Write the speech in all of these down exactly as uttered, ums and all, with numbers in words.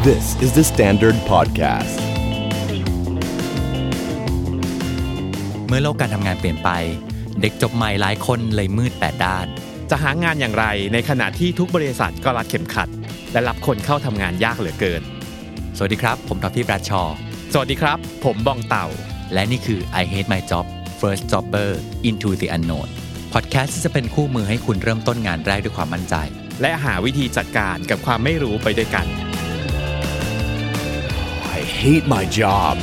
This is the Standard Podcast เมื่อโลกการทำงานเปลี่ยนไปเด็กจบใหม่หลายคนเลยมืดแปดด้านจะหางานอย่างไรในขณะที่ทุกบริษัทก็รัดเข็มขัดและรับคนเข้าทำงานยากเหลือเกินสวัสดีครับผมท็อปปี้ Bradshaw สวัสดีครับผมบองเต่าและนี่คือ I Hate My Job First Jobber Into the Unknown พอดแคสต์ที่จะเป็นคู่มือให้คุณเริ่มต้นงานแรกด้วยความมั่นใจและหาวิธีจัดการกับความไม่รู้ไปด้วยกัน I hate my job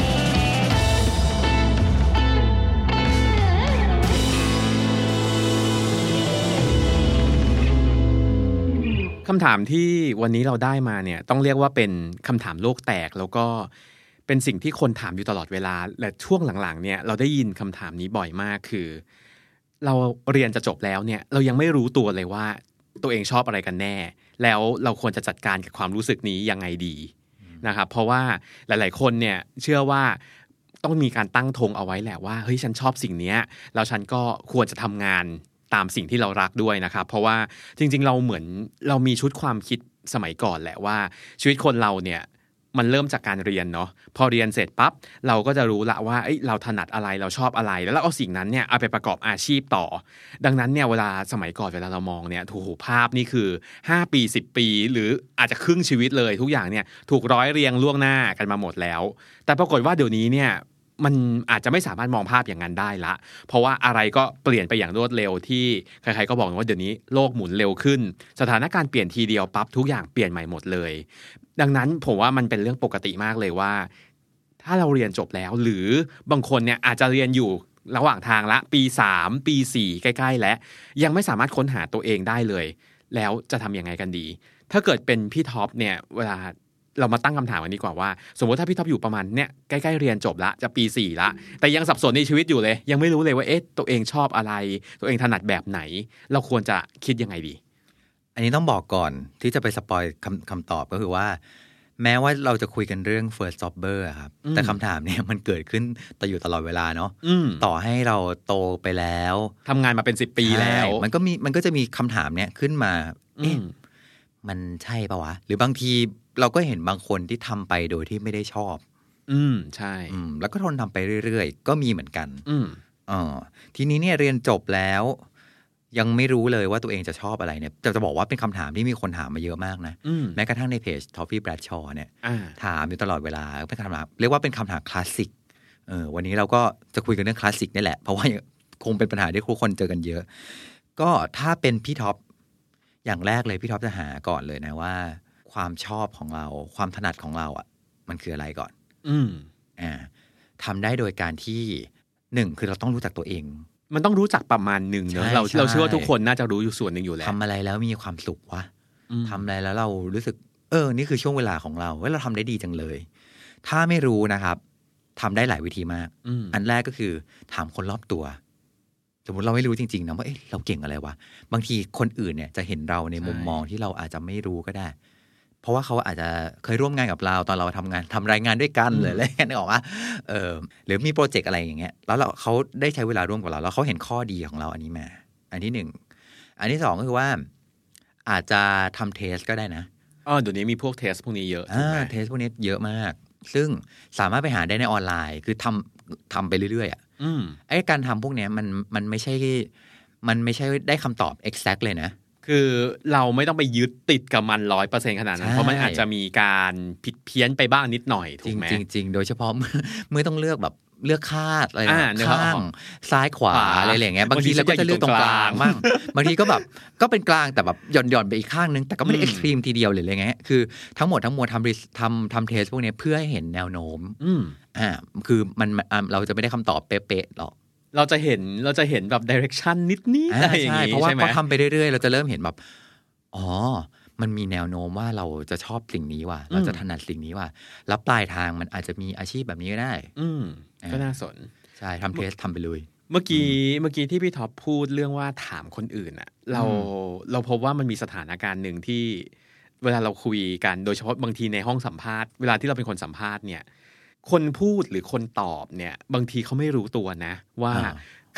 คำถามที่วันนี้เราได้มาเนี่ยต้องเรียกว่าเป็นคำถามโลกแตกแล้วก็เป็นสิ่งที่คนถามอยู่ตลอดเวลาและช่วงหลังๆเนี่ยเราได้ยินคำถามนี้บ่อยมากคือเราเรียนจะจบแล้วเนี่ยเรายังไม่รู้ตัวเลยว่าตัวเองชอบอะไรกันแน่แล้วเราควรจะจัดการกับความรู้สึกนี้ยังไงดีนะครับเพราะว่าหลายๆคนเนี่ยเชื่อว่าต้องมีการตั้งธงเอาไว้แหละว่าเฮ้ยฉันชอบสิ่งนี้แล้วฉันก็ควรจะทำงานตามสิ่งที่เรารักด้วยนะครับเพราะว่าจริงๆเราเหมือนเรามีชุดความคิดสมัยก่อนแหละว่าชีวิตคนเราเนี่ยมันเริ่มจากการเรียนเนาะพอเรียนเสร็จปั๊บเราก็จะรู้ละว่าเอ้ยเราถนัดอะไรเราชอบอะไรแล้วเราเอาสิ่งนั้นเนี่ยเอาไปประกอบอาชีพต่อดังนั้นเนี่ยเวลาสมัยก่อนเวลาเรามองเนี่ยถูกภาพนี่คือห้าปีสิบปีหรืออาจจะครึ่งชีวิตเลยทุกอย่างเนี่ยถูกร้อยเรียงล่วงหน้ากันมาหมดแล้วแต่ปรากฏว่าเดี๋ยวนี้เนี่ยมันอาจจะไม่สามารถมองภาพอย่างนั้นได้ละเพราะว่าอะไรก็เปลี่ยนไปอย่างรวดเร็วที่ใครๆก็บอกว่าเดี๋ยวนี้โลกหมุนเร็วขึ้นสถานการณ์เปลี่ยนทีเดียวปั๊บทุกอย่างเปลี่ยนใหม่หมดเลยดังนั้นผมว่ามันเป็นเรื่องปกติมากเลยว่าถ้าเราเรียนจบแล้วหรือบางคนเนี่ยอาจจะเรียนอยู่ระหว่างทางละปีสามปีสี่ใกล้ๆแล้วยังไม่สามารถค้นหาตัวเองได้เลยแล้วจะทำยังไงกันดีถ้าเกิดเป็นพี่ท็อปเนี่ยเวลาเรามาตั้งคำถามกันดีกว่าว่าสมมติถ้าพี่ท็อปอยู่ประมาณเนี้ยใกล้ๆเรียนจบละจะปีสี่ละแต่ยังสับสนในชีวิตอยู่เลยยังไม่รู้เลยว่าเอ๊ะตัวเองชอบอะไรตัวเองถนัดแบบไหนเราควรจะคิดยังไงดีอันนี้ต้องบอกก่อนที่จะไปสปอยคำคำตอบก็คือว่าแม้ว่าเราจะคุยกันเรื่อง first jobber ครับแต่คำถามเนี่ยมันเกิดขึ้นต่ออยู่ตลอดเวลาเนาะต่อให้เราโตไปแล้วทำงานมาเป็นสิบปีแล้วมันก็มีมันก็จะมีคำถามเนี่ยขึ้นมาเอ๊ะมันใช่ปะวะหรือบางทีเราก็เห็นบางคนที่ทำไปโดยที่ไม่ได้ชอบอืมใช่อืมแล้วก็ทนทำไปเรื่อยๆก็มีเหมือนกันอืมอ๋อทีนี้เนี่ยเรียนจบแล้วยังไม่รู้เลยว่าตัวเองจะชอบอะไรเนี่ยจะจะบอกว่าเป็นคำถามที่มีคนถามมาเยอะมากนะแม้กระทั่งในเพจ Toffee Bradshaw เนี่ยถามอยู่ตลอดเวลาเป็นคำถามเรียกว่าเป็นคำถามคลาสสิกเออวันนี้เราก็จะคุยกันเรื่องคลาสสิกนี่แหละเพราะว่าคงเป็นปัญหาที่ทุกคนเจอกันเยอะก็ถ้าเป็นพี่ท็อปอย่างแรกเลยพี่ท็อปจะหาก่อนเลยนะว่าความชอบของเราความถนัดของเราอ่ะมันคืออะไรก่อนอืมอ่าทำได้โดยการที่หนึ่งคือเราต้องรู้จักตัวเองมันต้องรู้จักประมาณหนึ่งเนอะเราเราเชื่อว่าทุกคนน่าจะรู้อยู่ส่วนหนึ่งอยู่แล้วทำอะไรแล้วมีความสุขวะทำอะไรแล้วเรารู้สึกเออนี่คือช่วงเวลาของเราว่าเราทำได้ดีจังเลยถ้าไม่รู้นะครับทำได้หลายวิธีมากอันแรกก็คือถามคนรอบตัวสมมติเราไม่รู้จริงๆนะว่าเอ๊ะเราเก่งอะไรวะบางทีคนอื่นเนี่ยจะเห็นเราในมุมมองที่เราอาจจะไม่รู้ก็ได้เพราะว่าเขาอาจจะเคยร่วมงานกับเราตอนเราทำงานทำรายงานด้วยกันเลยอะไรอย่างเงี้ยนึกออกว่าเออหรือมีโปรเจกต์อะไรอย่างเงี้ยแล้วเราเขาได้ใช้เวลาร่วมกับเราแล้วเขาเห็นข้อดีของเราอันนี้มาอันที่หนึ่งอันที่สองก็คือว่าอาจจะทำเทสก็ได้นะอ๋อเดี๋ยวนี้มีพวกเทสพวกนี้เยอะอ่าเทสพวกนี้เยอะมากซึ่งสามารถไปหาได้ในออนไลน์คือทำทำไปเรื่อยๆอ่ะไอ้การทำพวกนี้มันมันไม่ใช่มันไม่ใช่ได้คำตอบ exact เลยนะคือเราไม่ต้องไปยึดติดกับมัน ร้อยเปอร์เซ็นต์ ขนาดนั้นเพราะมันอาจจะมีการผิดเพี้ยนไปบ้างนิดหน่อยถูกไหมจริงๆโดยเฉพาะเมื่อต้องเลือกแบบเลือกคาดอะไรข้างซ้ายขวาอะไรอย่างเงี้ยบางทีเราก็จะเลือกตรงกลางบ้างบางทีก็แบบก็เป็นกลางแต่แบบหย่อนๆไปอีกข้างนึงแต่ก็ไม่ได้เอ็กซ์ตรีมทีเดียวหรืออะไรเงี้ยคือทั้งหมดทั้งมวลทำทำทำเทสพวกนี้เพื่อให้เห็นแนวโน้มอ่าคือมันเราจะไม่ได้คำตอบเป๊ะๆหรอกเราจะเห็นเราจะเห็นแบบดิเรกชันนิดๆอะไรอย่างงี้เพราะว่าพอทำไปเรื่อยๆเราจะเริ่มเห็นแบบอ๋อมันมีแนวโน้มว่าเราจะชอบสิ่งนี้ว่ะเราจะถนัดสิ่งนี้ว่ะแล้วปลายทางมันอาจจะมีอาชีพแบบนี้ก็ได้อืมก็น่าสนใช่ทำเทสทำไปเลยเมื่อกี้เมื่อกี้ที่พี่ท็อปพูดเรื่องว่าถามคนอื่นอ่ะเราเราพบว่ามันมีสถานการณ์หนึ่งที่เวลาเราคุยกันโดยเฉพาะบางทีในห้องสัมภาษณ์เวลาที่เราเป็นคนสัมภาษณ์เนี่ยคนพูดหรือคนตอบเนี่ยบางทีเขาไม่รู้ตัวนะว่า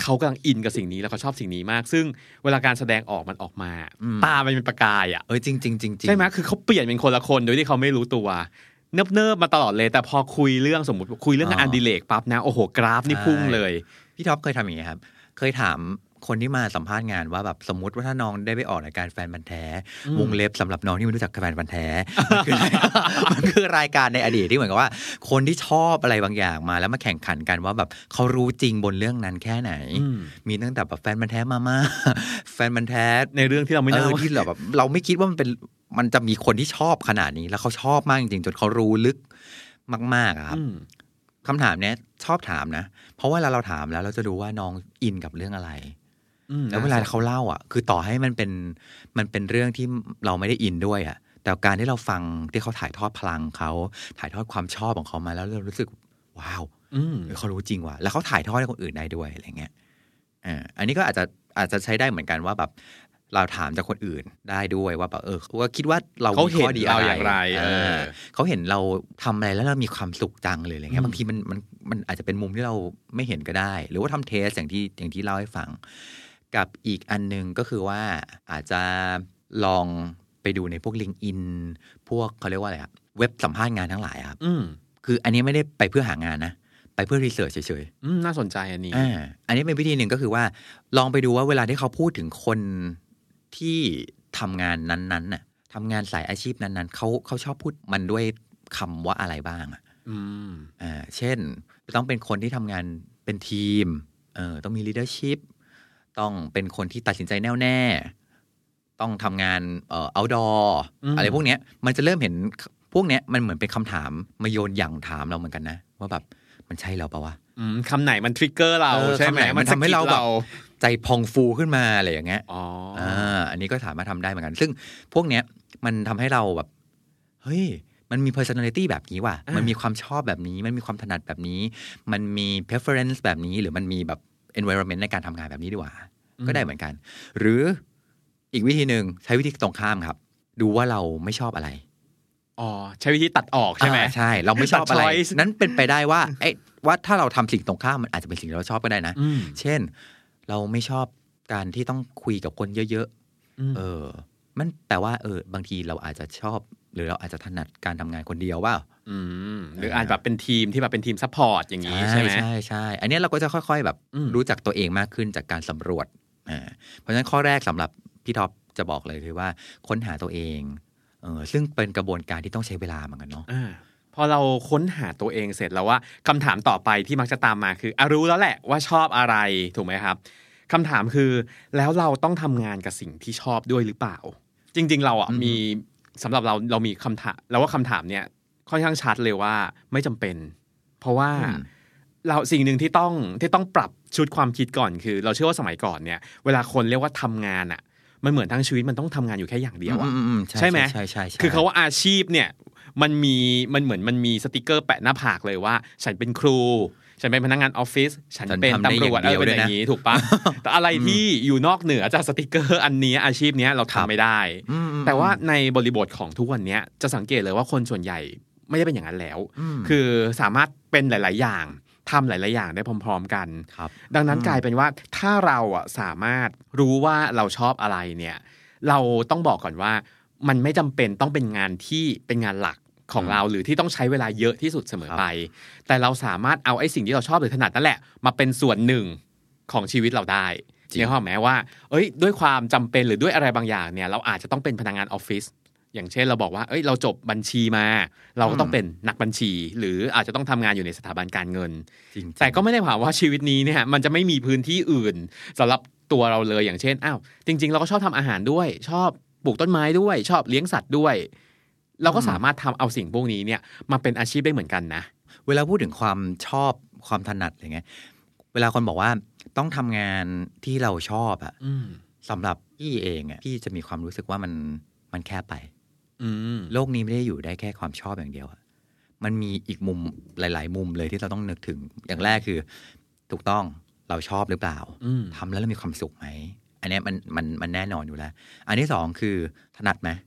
เขากำลังอินกับสิ่งนี้แล้วเขาชอบสิ่งนี้มากซึ่งเวลาการแสดงออกมันออกมาตามันเป็นประกายอ่ะเออจริงจริงจริงใช่ไหมคือเขาเปลี่ยนเป็นคนละคนโดยที่เขาไม่รู้ตัวเนิบเนิบมาตลอดเลยแต่พอคุยเรื่องสมมติคุยเรื่องงานอดิเรกปั๊บนะโอ้โหกราฟนี่พุ่งเลยพี่ท็อปเคยทำอย่างนี้ครับเคยถามคนที่มาสัมภาษณ์งานว่าแบบสมมติว่าถ้าน้องได้ไปออกรายการแฟนพันธุ์แท้วงเล็บสำหรับน้องที่ไม่รู้จักแฟนพันธุ์แท้มันคือมันคือรายการในอดีตที่เหมือนกับว่าคนที่ชอบอะไรบางอย่างมาแล้วมาแข่งขันกันว่าแบบเขารู้จริงบนเรื่องนั้นแค่ไหนมีตั้งแต่แบบแฟนพันธุ์แท้มาม่าแฟนพันธุ์แท้ในเรื่องที่เราไม่เล่าที่เราแบบเราไม่คิดว่ามันเป็นมันจะมีคนที่ชอบขนาดนี้แล้วเขาชอบมากจริงๆจนเขารู้ลึกมากๆครับคำถามเนี้ยชอบถามนะเพราะว่าเวลาเราถามแล้วเราจะรู้ว่าน้องอินกับเรื่องอะไรแล้วเวลาเขาเล่าอ่ะคือต่อให้มันเป็นมันเป็นเรื่องที่เราไม่ได้อินด้วยอ่ะแต่การที่เราฟังที่เขาถ่ายทอดพลังเขาถ่ายทอดความชอบของเขามาแล้วเรารู้สึกว้าวเขารู้จริงว่ะแล้วเขาถ่ายทอดให้คนอื่นได้ด้วยอะไรเงี้ยอ่าอันนี้ก็อาจจะอาจจะใช้ได้เหมือนกันว่าแบบเราถามจากคนอื่นได้ด้วยว่าแบบเออว่าคิดว่าเราเขาเห็นเราอย่างไรเขาเห็นเราทำอะไรแล้วเรามีความสุขจังเลยอะไรเงี้ยบางทีมันมันมันอาจจะเป็นมุมที่เราไม่เห็นก็ได้หรือว่าทำเทสอย่างที่อย่างที่เล่าให้ฟังกับอีกอันนึงก็คือว่าอาจจะลองไปดูในพวก LinkedIn พวกเขาเรียกว่าอะไรครับเว็บสัมภาษณ์งานทั้งหลายครับคืออันนี้ไม่ได้ไปเพื่อหางานนะไปเพื่อรีเสิร์ชเฉยๆน่าสนใจอันนี้อ่าอันนี้เป็นวิธีหนึ่งก็คือว่าลองไปดูว่าเวลาที่เขาพูดถึงคนที่ทำงานนั้นๆน่ะทำงานสายอาชีพนั้นๆเขาเขาชอบพูดมันด้วยคำว่าอะไรบ้างอ่ะอ่าเช่นต้องเป็นคนที่ทำงานเป็นทีมเออต้องมี leadership ต้องเป็นคนที่ตัดสินใจแน่วแน่ต้องทำงานเอ่อ outdoor อะไรพวกเนี้ยมันจะเริ่มเห็นพวกเนี้ยมันเหมือนเป็นคำถามมาโยนหยั่งถามเราเหมือนกันนะว่าแบบมันใช่เราปะวะคำไหนมันทริกเกอร์เราใช่ไหมมันทำให้เราแบบใจพองฟูขึ้นมาอะไรอย่างเงี้ยอ๋ออ่าอันนี้ก็สามารถทำได้เหมือนกันซึ่งพวกเนี้ยมันทำให้เราแบบเฮ้ยมันมี personality แบบนี้ว่ะมันมีความชอบแบบนี้มันมีความถนัดแบบนี้มันมี preference แบบนี้หรือมันมีแบบ environment ในการทำงานแบบนี้ดีกว่าก็ได้เหมือนกันหรืออีกวิธีหนึ่งใช้วิธีตรงข้ามครับดูว่าเราไม่ชอบอะไรอ๋อใช้วิธีตัดออกใช่ไหมใช่เราไม่ชอบอะไรนั้นเป็นไปได้ว่าไอ้ว่าถ้าเราทำสิ่งตรงข้ามมันอาจจะเป็นสิ่งที่เราชอบก็ได้นะเช่นเราไม่ชอบการที่ต้องคุยกับคนเยอะๆเออมันแปลว่าเออบางทีเราอาจจะชอบหรือเราอาจจะถนัดการทำงานคนเดียวว่าหรืออาจแบบเป็นทีมที่แบบเป็นทีมซัพพอร์ตอย่างนี้ใช่ไหมใช่ใช่อันนี้เราก็จะค่อยๆแบบรู้จักตัวเองมากขึ้นจากการสำรวจอ่าเพราะฉะนั้นข้อแรกสำหรับพี่ท็อปจะบอกเลยคือว่าค้นหาตัวเองเออซึ่งเป็นกระบวนการที่ต้องใช้เวลาเหมือนกันเนาะพอเราค้นหาตัวเองเสร็จแล้วว่าคำถามต่อไปที่มักจะตามมาคืออ่ะรู้แล้วแหละว่าชอบอะไรถูกไหมครับคำถามคือแล้วเราต้องทำงานกับสิ่งที่ชอบด้วยหรือเปล่าจริงๆเราอ่ะมีสำหรับเราเรามีคำถามแล้วว่าคำถามเนี้ยค่อนข้างชัดเลยว่าไม่จำเป็นเพราะว่าเราสิ่งหนึ่งที่ต้องที่ต้องปรับชุดความคิดก่อนคือเราเชื่อว่าสมัยก่อนเนี่ยเวลาคนเรียกว่าทำงานอ่ะมันเหมือนทั้งชีวิตมันต้องทำงานอยู่แค่อย่างเดียวอ่ะใช่ไหมใช่ใช่คือเขาว่าอาชีพเนี่ยมันมีมันเหมือนมันมีสติกเกอร์แปะหน้าผากเลยว่าฉันเป็นครูฉันเป็นพนักงานออฟฟิศฉันเป็นตำรวจอะไรเป็นอย่างนี้ถูกปะแต่อะไรที่อยู่นอกเหนือจากสติกเกอร์อันนี้อาชีพนี้เราทำไม่ได้แต่ว่าในบริบทของทุกวันนี้จะสังเกตเลยว่าคนส่วนใหญ่ไม่ได้เป็นอย่างนั้นแล้วคือสามารถเป็นหลายๆอย่างทำหลายๆอย่างได้พร้อมๆกันดังนั้นกลายเป็นว่าถ้าเราอ่ะสามารถรู้ว่าเราชอบอะไรเนี่ยเราต้องบอกก่อนว่ามันไม่จำเป็นต้องเป็นงานที่เป็นงานหลักของเราหรือที่ต้องใช้เวลาเยอะที่สุดเสมอไปแต่เราสามารถเอาไอ้สิ่งที่เราชอบหรือถนัดนั่นแหละมาเป็นส่วนหนึ่งของชีวิตเราได้เนี่ยเข้าใจไหมว่าเอ้ยด้วยความจำเป็นหรือด้วยอะไรบางอย่างเนี่ยเราอาจจะต้องเป็นพนักงานออฟฟิศอย่างเช่นเราบอกว่าเอ้ยเราจบบัญชีมาเราก็ต้องเป็นนักบัญชีหรืออาจจะต้องทำงานอยู่ในสถาบันการเงินแต่ก็ไม่ได้หมายว่าชีวิตนี้เนี่ยมันจะไม่มีพื้นที่อื่นสำหรับตัวเราเลยอย่างเช่นอ้าวจริงๆเราก็ชอบทำอาหารด้วยชอบปลูกต้นไม้ด้วยชอบเลี้ยงสัตว์ด้วยเราก็สามารถทำเอาสิ่งพวกนี้เนี่ยมาเป็นอาชีพได้เหมือนกันนะเวลาพูดถึงความชอบความถนัดอะไรเงี้ยเวลาคนบอกว่าต้องทำงานที่เราชอบอะสำหรับพี่เองอะพี่จะมีความรู้สึกว่ามันมันแคบไปโลกนี้ไม่ได้อยู่ได้แค่ความชอบอย่างเดียวมันมีอีกมุมหลายๆมุมเลยที่เราต้องนึกถึงอย่างแรกคือถูกต้องเราชอบหรือเปล่าทำแล้วเรามีความสุขไหมอันนี้มันมันมันแน่นอนอยู่แล้วอันที่สองคือถนัดไหม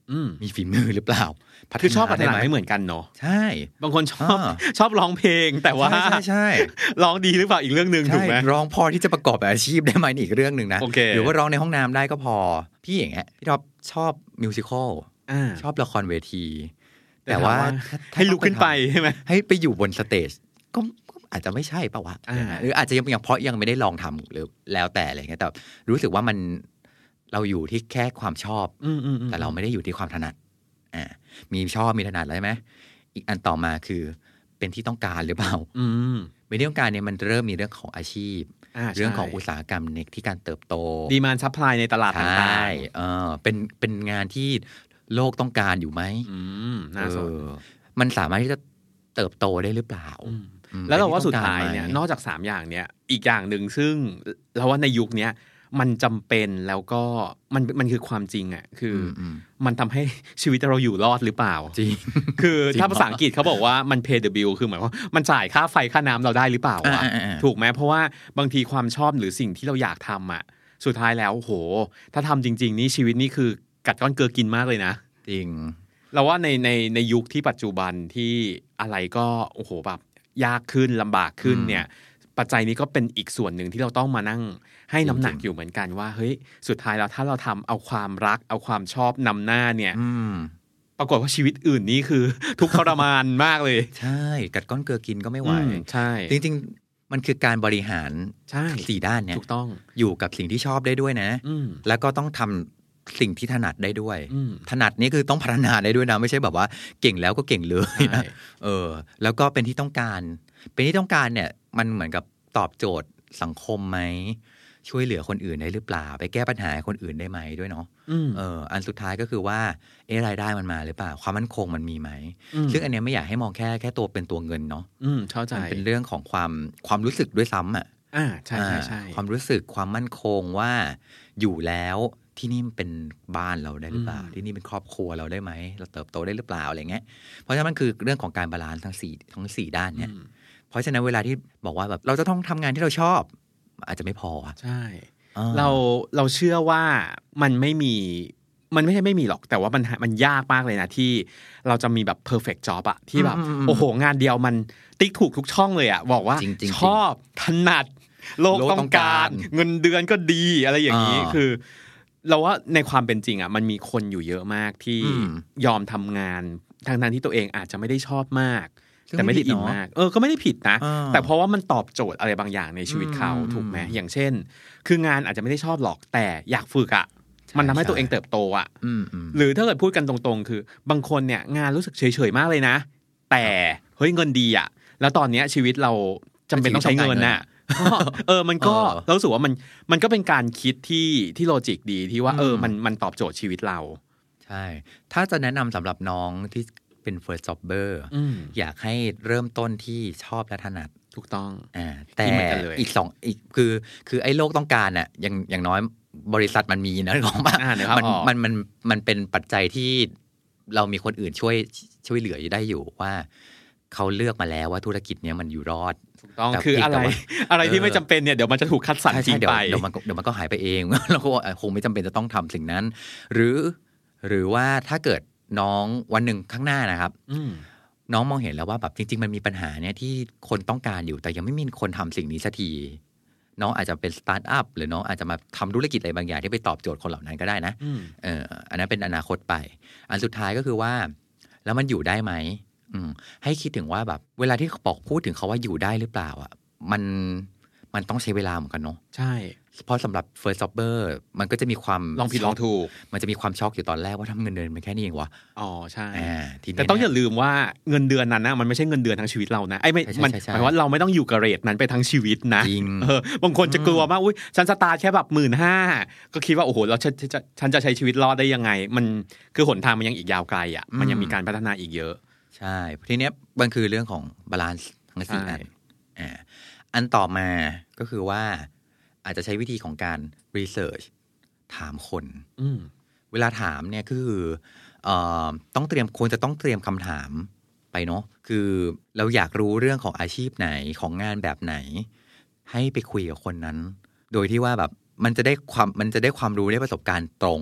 มีฝีมือหรือเปล่าคือชอบพัฒนาไม่เหมือนกันเนาะใช่บางคนชอบชอบร้องเพลงแต่ว่าใช่ใช่ร้องดีหรือเปล่าอีกเรื่องนึงถูกไหมร้องพอที่จะประกอบอาชีพได้ไหมอีกเรื่องนึงนะหรือว่าร้องในห้องน้ำได้ก็พอพี่อย่างเงี้ยพี่ท็อปชอบมิวสิคอลชอบละครเวทีแต่ว่าให้ลุกขึ้นไปใช่ไหมให้ไปอยู่บนสเตจก็อาจจะไม่ใช่ป่าวะหรืออาจจะยังยังเพราะยังไม่ได้ลองทำหรือแล้วแต่อะไรเงี้ยแต่รู้สึกว่ามันเราอยู่ที่แค่ความชอบแต่เราไม่ได้อยู่ที่ความถนัดอ่ามีชอบมีถนัดแล้วใช่ไหมอีกอันต่อมาคือเป็นที่ต้องการหรือเปล่าเป็นที่ต้องการเนี่ยมันเริ่มมีเรื่องของอาชีพเรื่องของอุตสาหกรรมในที่การเติบโตดีมานด์ซัพพลายในตลาดต่างๆเออเป็นเป็นงานที่โลกต้องการอยู่ไหมน่าสนมันสามารถที่จะเติบโตได้หรือเปล่าแล้วเราว่าสุดท้ายเนี่ยนอกจากสามอย่างเนี้ยอีกอย่างหนึ่งซึ่งเราว่าในยุคนี้มันจำเป็นแล้วก็มันมันคือความจริงอ่ะคือมันทำให้ชีวิตเราอยู่รอดหรือเปล่าจริงคือถ้าภาษาอังกฤษเขาบอกว่ามัน pay the bill คือหมายว่ามันจ่ายค่าไฟค่าน้ำเราได้หรือเปล่าอ่ะถูกไหมเพราะว่าบางทีความชอบหรือสิ่งที่เราอยากทำอ่ะสุดท้ายแล้วโหถ้าทำจริงๆนี่ชีวิตนี่คือกัดก้อนเกลือกินมากเลยนะจริงเราว่าในในในยุคที่ปัจจุบันที่อะไรก็โอ้โหแบบยากขึ้นลำบากขึ้นเนี่ยปัจจัยนี้ก็เป็นอีกส่วนหนึ่งที่เราต้องมานั่งให้น้ำหนักอยู่เหมือนกันว่าเฮ้ยสุดท้ายแล้วถ้าเราทำเอาความรักเอาความชอบนำหน้าเนี่ยปรากฏว่าชีวิตอื่นนี้คือทุกข์ทรมานมากเลยใช่กัดก้อนเกลือกินก็ไม่ไหวใช่จริงๆมันคือการบริหารสี่ด้านเนี่ยถูกต้องอยู่กับสิ่งที่ชอบได้ด้วยนะแล้วก็ต้องทำสิ่งที่ถนัดได้ด้วยถนัดนี่คือต้องพัฒนาได้ด้วยนะไม่ใช่แบบว่าเก่งแล้วก็เก่งเลยนะเออแล้วก็เป็นที่ต้องการเป็นที่ต้องการเนี่ยมันเหมือนกับตอบโจทย์สังคมไหมช่วยเหลือคนอื่นได้หรือเปล่าไปแก้ปัญหาให้คนอื่นได้ไหมด้วยเนาะเอออันสุดท้ายก็คือว่าเออรายได้มันมาหรือเปล่าความมั่นคงมันมีไหมซึ่งอันนี้ไม่อยากให้มองแค่แค่ตัวเป็นตัวเงินเนาะเข้าใจมันเป็นเรื่องของความความรู้สึกด้วยซ้ำอ่ะอ่าใช่ใช่ใช่ความรู้สึกความมั่นคงว่าอยู่แล้วที่นี่เป็นบ้านเราได้หรือเปล่าที่นี่เป็นครอบครัวเราได้ไหมเราเติบโตได้หรือเปล่าอะไรเงี้ยเพราะฉะนั้นมันคือเรื่องของการบาลานซ์ทั้งสี่ทั้งสี่ด้านเนี่ยเพราะฉะนั้นเวลาที่บอกว่าแบบเราจะต้องทำงานที่เราชอบอาจจะไม่พอใช่เราเราเชื่อว่ามันไม่มีมันไม่ใช่ไม่มีหรอกแต่ว่ามันมันยากมากเลยนะที่เราจะมีแบบ perfect job อะที่แบบโอ้โหงานเดียวมันติ๊กถูกทุกช่องเลยอะบอกว่าชอบถนัดโลกต้องการเงินเดือนก็ดีอะไรอย่างนี้คือเราว่าในความเป็นจริงอะมันมีคนอยู่เยอะมากที่ยอมทำงานทั้งๆที่ตัวเองอาจจะไม่ได้ชอบมากแต่ไม่ได้อินมากเออก็ไม่ได้ผิดนะแต่เพราะว่ามันตอบโจทย์อะไรบางอย่างในชีวิตเขาถูกไหมอย่างเช่นคืองานอาจจะไม่ได้ชอบหรอกแต่อยากฝึกอ่ะมันทำให้ตัวเองเติบโตอ่ะหรือถ้าเกิดพูดกันตรงๆคือบางคนเนี่ยงานรู้สึกเฉยๆมากเลยนะแต่เฮ้ยเงินดีอ่ะแล้วตอนนี้ชีวิตเราจำเป็นต้องใช้เงินน่ะเออมันก็เรารู้สึกว่ามันมันก็เป็นการคิดที่ที่โลจิกดีที่ว่าเออมันมันตอบโจทย์ชีวิตเราใช่ถ้าจะแนะนำสำหรับน้องที่เป็น first jobber อยากให้เริ่มต้นที่ชอบและถนัดถูกต้องอ่าแต่อีกสองอีกคือคือไอ้โลกต้องการน่ะอย่างอย่างน้อยบริษัทมันมีนะของมันมันมันมันมันเป็นปัจจัยที่เรามีคนอื่นช่วยช่วยเหลือได้อยู่ว่าเขาเลือกมาแล้วว่าธุรกิจเนี้ยมันอยู่รอดถูกต้องคืออะไรอะไรที่ไม่จำเป็นเนี่ยเดี๋ยวมันจะถูกคัดสรรทิ้งไปเดี๋ยวมันเดี๋ยวมันก็หายไปเองเราก็คงไม่จำเป็นจะต้องทำสิ่งนั้นหรือหรือว่าถ้าเกิดน้องวันหนึ่งข้างหน้านะครับน้องมองเห็นแล้วว่าแบบจริงๆมันมีปัญหาเนี่ยที่คนต้องการอยู่แต่ยังไม่มีคนทำสิ่งนี้สักทีน้องอาจจะเป็นสตาร์ทอัพหรือน้องอาจจะมาทำธุรกิจอะไรบางอย่างที่ไปตอบโจทย์คนเหล่านั้นก็ได้นะเอออันนั้นเป็นอนาคตไปอันสุดท้ายก็คือว่าแล้วมันอยู่ได้ไหมให้คิดถึงว่าแบบเวลาที่บอกพูดถึงเขาว่าอยู่ได้หรือเปล่าอ่ะมันมันต้องใช้เวลาเหมือนกันเนาะใช่เพราะสำหรับ first jobber มันก็จะมีความลองผิดลองถูกมันจะมีความช็อกอยู่ตอนแรกว่าทำเงินเดือนมันแค่นี้เองวะอ๋อใช่แต่ต้องอย่าลืมว่าเงินเดือนนั้นนะมันไม่ใช่เงินเดือนทั้งชีวิตเรานะไอ้ไม่มันหมายว่าเราไม่ต้องอยู่กับเรทนั้นไปทั้งชีวิตนะเออบางคนจะกลัวมากอุ้ยฉันสตาร์ทแค่แบบหมื่นห้าก็คิดว่าโอ้โหแล้วฉันจะฉันจะใช้ชีวิตรอดได้ยังไงมันคือหนทางมันยังอีกยาวไกลอ่ะมันยังมีการพัฒนาอีกเยอะใช่ทีเนี้ยมันคือเรื่องของบาลานซ์ทั้งสี่อันอ่าอันต่อมาก็คือว่าอาจจะใช้วิธีของการ research ถามคนเวลาถามเนี่ยคือเอ่อต้องเตรียมควรจะต้องเตรียมคำถามไปเนาะคือเราอยากรู้เรื่องของอาชีพไหนของงานแบบไหนให้ไปคุยกับคนนั้นโดยที่ว่าแบบมันจะได้ความมันจะได้ความรู้ได้ประสบการณ์ตรงอ่ะ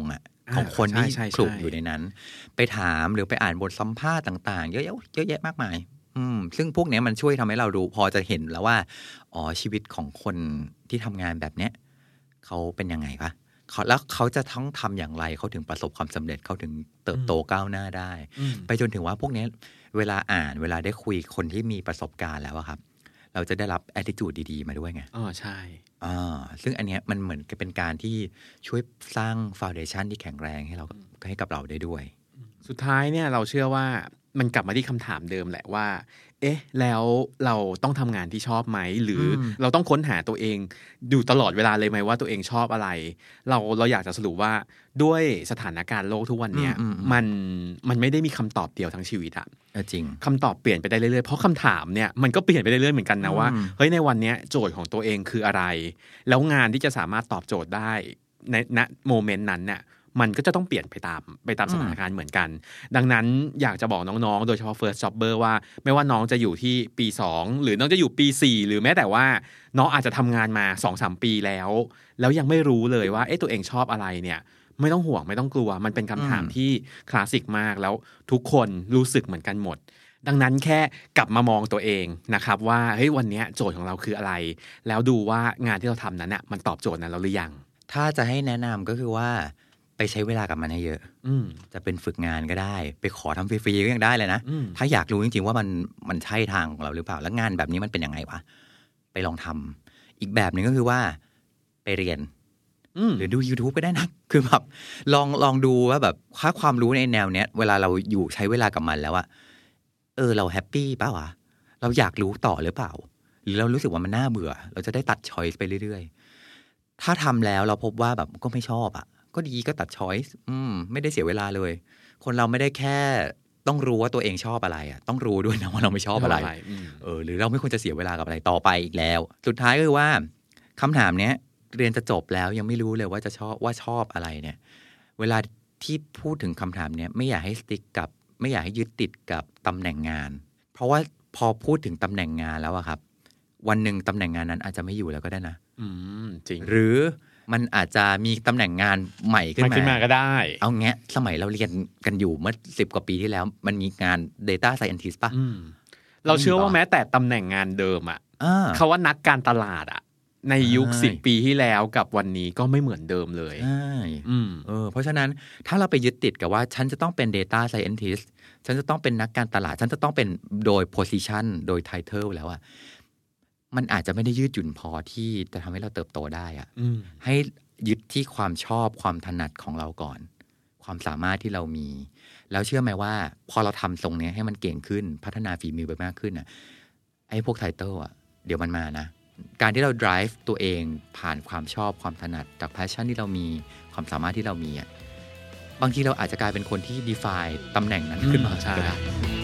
ของคนที่กลุ่มอยู่ในนั้นไปถามหรือไปอ่านบทสัมภาษณ์ต่างๆเยอะแยะเยอะแยะมากมายอืมซึ่งพวกนี้มันช่วยทำให้เราดูพอจะเห็นแล้วว่าอ๋อชีวิตของคนที่ทำงานแบบเนี้ยเขาเป็นยังไงปะเขาแล้วเขาจะต้องทำอย่างไรเขาถึงประสบความสำเร็จเขาถึงเติบโตก้าวหน้าได้ไปจนถึงว่าพวกนี้เวลาอ่านเวลาได้คุยคนที่มีประสบการณ์แล้วอะครับเราจะได้รับ attitude ดีๆมาด้วยไงอ๋อใช่อ่าซึ่งอันเนี้ยมันเหมือนเป็นการที่ช่วยสร้าง foundation ที่แข็งแรงให้เราให้กับเราได้ด้วยสุดท้ายเนี่ยเราเชื่อว่ามันกลับมาที่คำถามเดิมแหละว่าเอ๊ะแล้วเราต้องทำงานที่ชอบไหมหรือเราต้องค้นหาตัวเองอยู่ตลอดเวลาเลยไหมว่าตัวเองชอบอะไรเราเราอยากจะสรุปว่าด้วยสถานการณ์โลกทุกวันเนี้ยมันมันไม่ได้มีคำตอบเดียวทั้งชีวิตอะจริงคำตอบเปลี่ยนไปได้เรื่อยๆเพราะคำถามเนี่ยมันก็เปลี่ยนไปเรื่อยๆเหมือนกันนะว่าเฮ้ยในวันนี้โจทย์ของตัวเองคืออะไรแล้วงานที่จะสามารถตอบโจทย์ได้ในณโมเมนต์นั้นเนี่ยมันก็จะต้องเปลี่ยนไปตามไปตามสถานการณ์เหมือนกันดังนั้นอยากจะบอกน้องๆโดยเฉพาะ first jobber ว่าไม่ว่าน้องจะอยู่ที่ปีสองหรือน้องจะอยู่ปีสี่หรือแม้แต่ว่าน้องอาจจะทำงานมา สองถึงสาม ปีแล้วแล้วยังไม่รู้เลยว่าเอ๊ะตัวเองชอบอะไรเนี่ยไม่ต้องห่วงไม่ต้องกลัวมันเป็นคำถามที่คลาสสิกมากแล้วทุกคนรู้สึกเหมือนกันหมดดังนั้นแค่กลับมามองตัวเองนะครับว่าเฮ้ยวันนี้โจทย์ของเราคืออะไรแล้วดูว่างานที่เราทำนั้นน่ะมันตอบโจทย์นั้นเราหรือยังถ้าจะให้แนะนำก็คือว่าไปใช้เวลากับมันให้เยอะจะเป็นฝึกงานก็ได้ไปขอทำฟรีๆก็ยังได้เลยนะถ้าอยากรู้จริงๆว่ามันมันใช่ทางของเราหรือเปล่าแล้วงานแบบนี้มันเป็นยังไงวะไปลองทำอีกแบบหนึ่งก็คือว่าไปเรียนหรือดู YouTube ก็ได้นะคือแบบลองลองดูว่าแบบค่าความรู้ในแนวเนี้ยเวลาเราอยู่ใช้เวลากับมันแล้วอะเออเราแฮปปี้ป่ะวะเราอยากรู้ต่อหรือเปล่าหรือเรารู้สึกว่ามันน่าเบื่อเราจะได้ตัดช้อยส์ไปเรื่อยๆถ้าทำแล้วเราพบว่าแบบก็ไม่ชอบอะก็ดีก็ตัดช้อยส์อืมไม่ได้เสียเวลาเลยคนเราไม่ได้แค่ต้องรู้ว่าตัวเองชอบอะไรอ่ะต้องรู้ด้วยนะว่าเราไม่ชอบอะไรเออหรือเราไม่ควรจะเสียเวลากับอะไรต่อไปอีกแล้วสุดท้ายก็คือว่าคำถามเนี้ยเรียนจะจบแล้วยังไม่รู้เลยว่าจะชอบว่าชอบอะไรเนี่ยเวลาที่พูดถึงคำถามเนี้ยไม่อยากให้สติ๊กกับไม่อยากให้ยึดติดกับตำแหน่งงานเพราะว่าพอพูดถึงตำแหน่งงานแล้วอะครับวันหนึ่งตำแหน่งงานนั้นอาจจะไม่อยู่แล้วก็ได้นะอืมจริงหรือมันอาจจะมีตำแหน่งงานใหม่ขึ้นมาขึ้นมาก็ได้เอาแงะสมัยเราเรียนกันอยู่เมื่อสิบกว่าปีที่แล้วมันมีงาน data scientist ป่ะเราเชื่อว่าแม้แต่ตำแหน่งงานเดิมอ่ะเขาว่านักการตลาดอ่ะในยุคสิบปีที่แล้วกับวันนี้ก็ไม่เหมือนเดิมเลยใช่เออเพราะฉะนั้นถ้าเราไปยึดติดกับว่าฉันจะต้องเป็น data scientist ฉันจะต้องเป็นนักการตลาดฉันจะต้องเป็นโดย position โดย title แล้วอ่ะมันอาจจะไม่ได้ยืดหยุ่นพอที่จะทำให้เราเติบโตได้อะให้ยึดที่ความชอบความถนัดของเราก่อนความสามารถที่เรามีแล้วเชื่อไหมว่าพอเราทำตรงนี้ให้มันเก่งขึ้นพัฒนาฝีมือไปมากขึ้นอ่ะไอ้พวกไทเติลอ่ะเดี๋ยวมันมานะการที่เรา drive ตัวเองผ่านความชอบความถนัดจาก passion ที่เรามีความสามารถที่เรามีอ่ะบางทีเราอาจจะกลายเป็นคนที่ define ตำแหน่งนั้นขึ้นมาก็ได้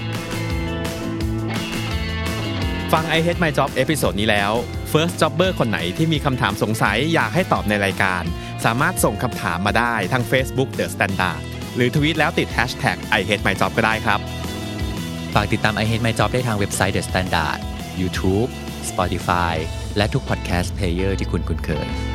ฟัง I Hate My Job เอพิโซดนี้แล้ว First Jobber คนไหนที่มีคำถามสงสัยอยากให้ตอบในรายการสามารถส่งคำถามมาได้ทาง Facebook The Standard หรือทวีตแล้วติด hashtag I Hate My Job ก็ได้ครับฝากติดตาม I Hate My Job ได้ทางเว็บไซต์ The Standard YouTube Spotify และทุก podcast player ที่คุณคุ้นเคย